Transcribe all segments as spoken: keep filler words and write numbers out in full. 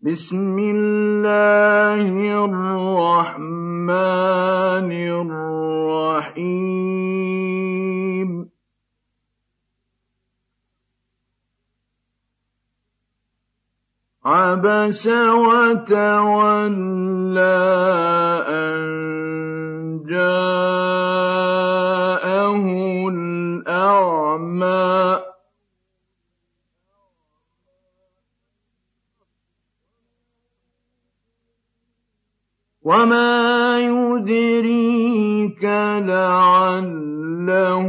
بسم الله الرحمن الرحيم عبس وتولى أن جاءه الأعمى وما يدريك لعله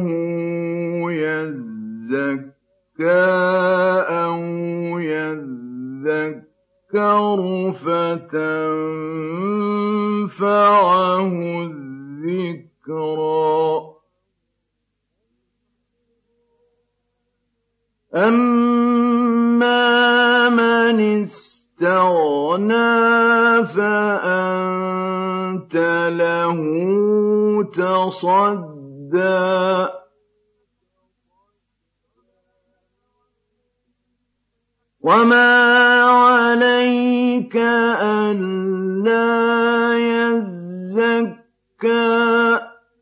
يزكى أو يذكر فتنفعه الذكرى أما من استغنى فأنت له تصدى وما عليك ألا يزكى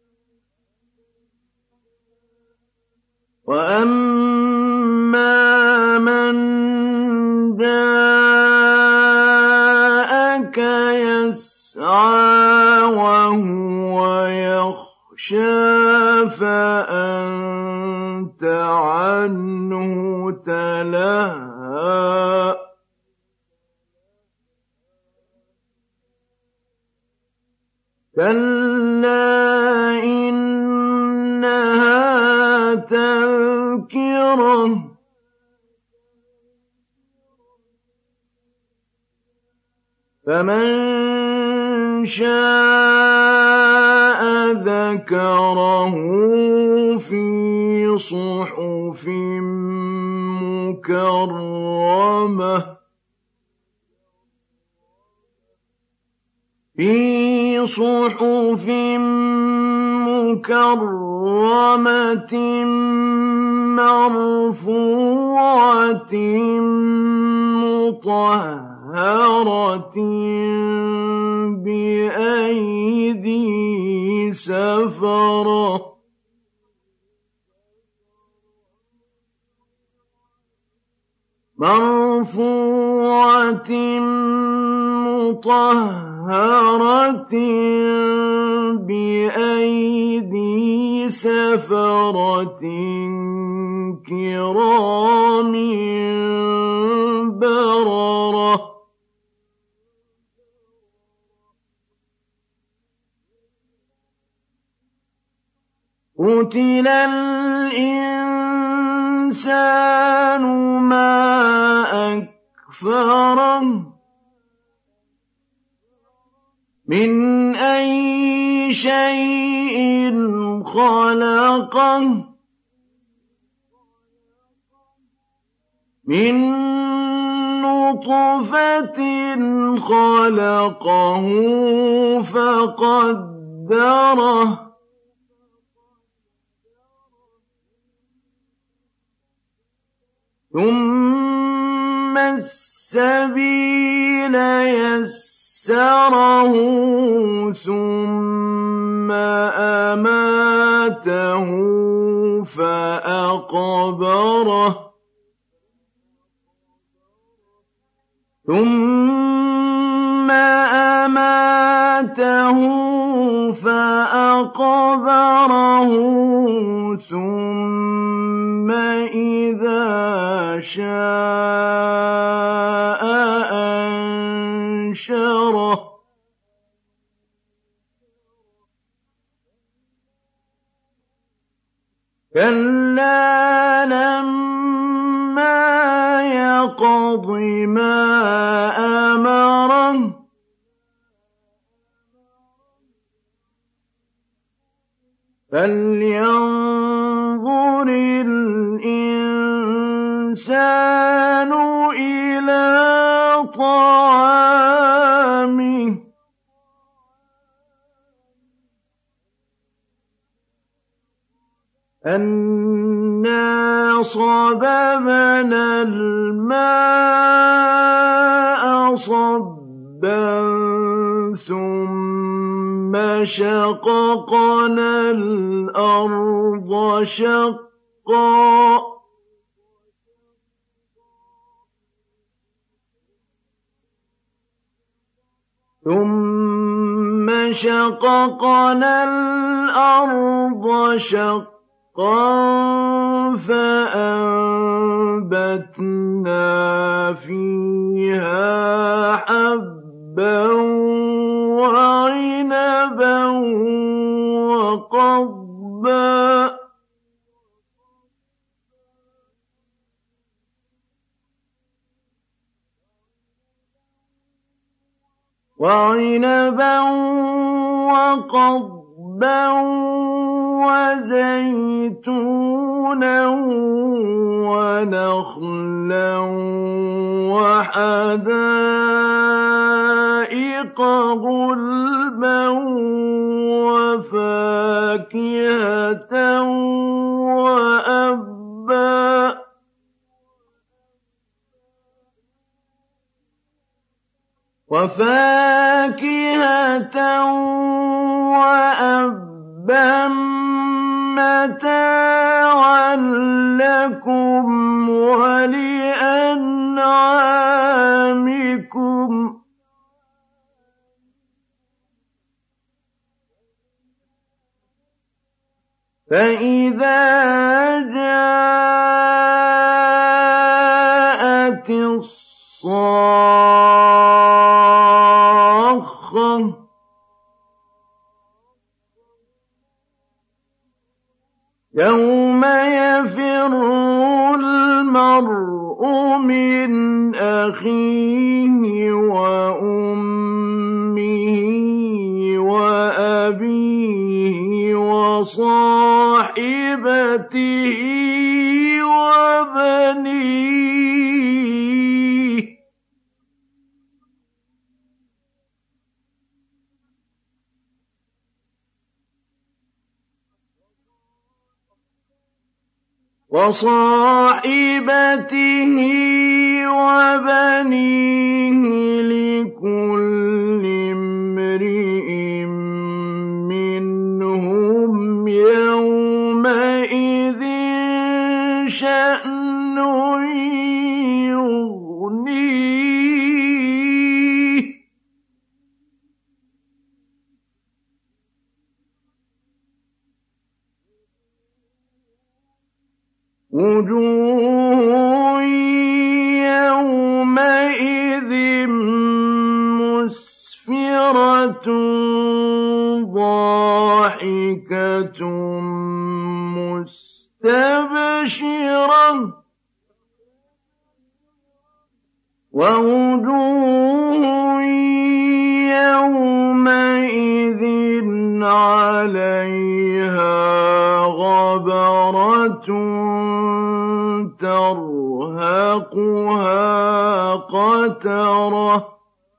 وأما من جاءك يسعى وهو يخشى فأنت عنه تلهى كلا إنها تذكرة فمن شاء ذكره في صحف مكرمة في صحف مكرمة مرفوعة مطهرة بأيدي سفرة مرفوعة مطهرة بأيدي سفرة كرام بررة قتل الإنسان ما أكفره من أي شيء خلقه من نطفة خلقه فقدره ثم السبيل يسره ثم أماته فأقبره ثم أماته فأقبره ثم إذا شاء أنشره كلا لما يقض ما أمره فلينظر الإنسان إلى طعامه أنا صببنا الماء صبا ثم شققنا الأرض شقا ثم شققنا الأرض شقا فأنبتنا فيها حبا وعنبا وقضبا وعنبا وقضبا وزيتونا ونخلا وحدائق غلبا وفاكهة وأبا وفاكهة وأبا متاعا لكم ولأنعامكم فإذا جاءت الصاخة يوم يفر المرء من أخيه وأمه وأبيه وصاحبته وبنيه وصاحبته وبنيه لكل امرئ منهم يومئذ شأن يغنيه وجوه يومئذ مسفرة ضاحكة مستبشرة ووجوه يومئذ عليها غبرة ترهقها قترة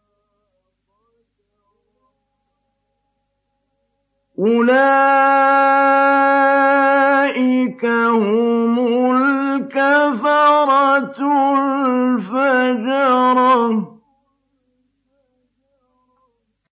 أولئك هم الكفرة الفجرة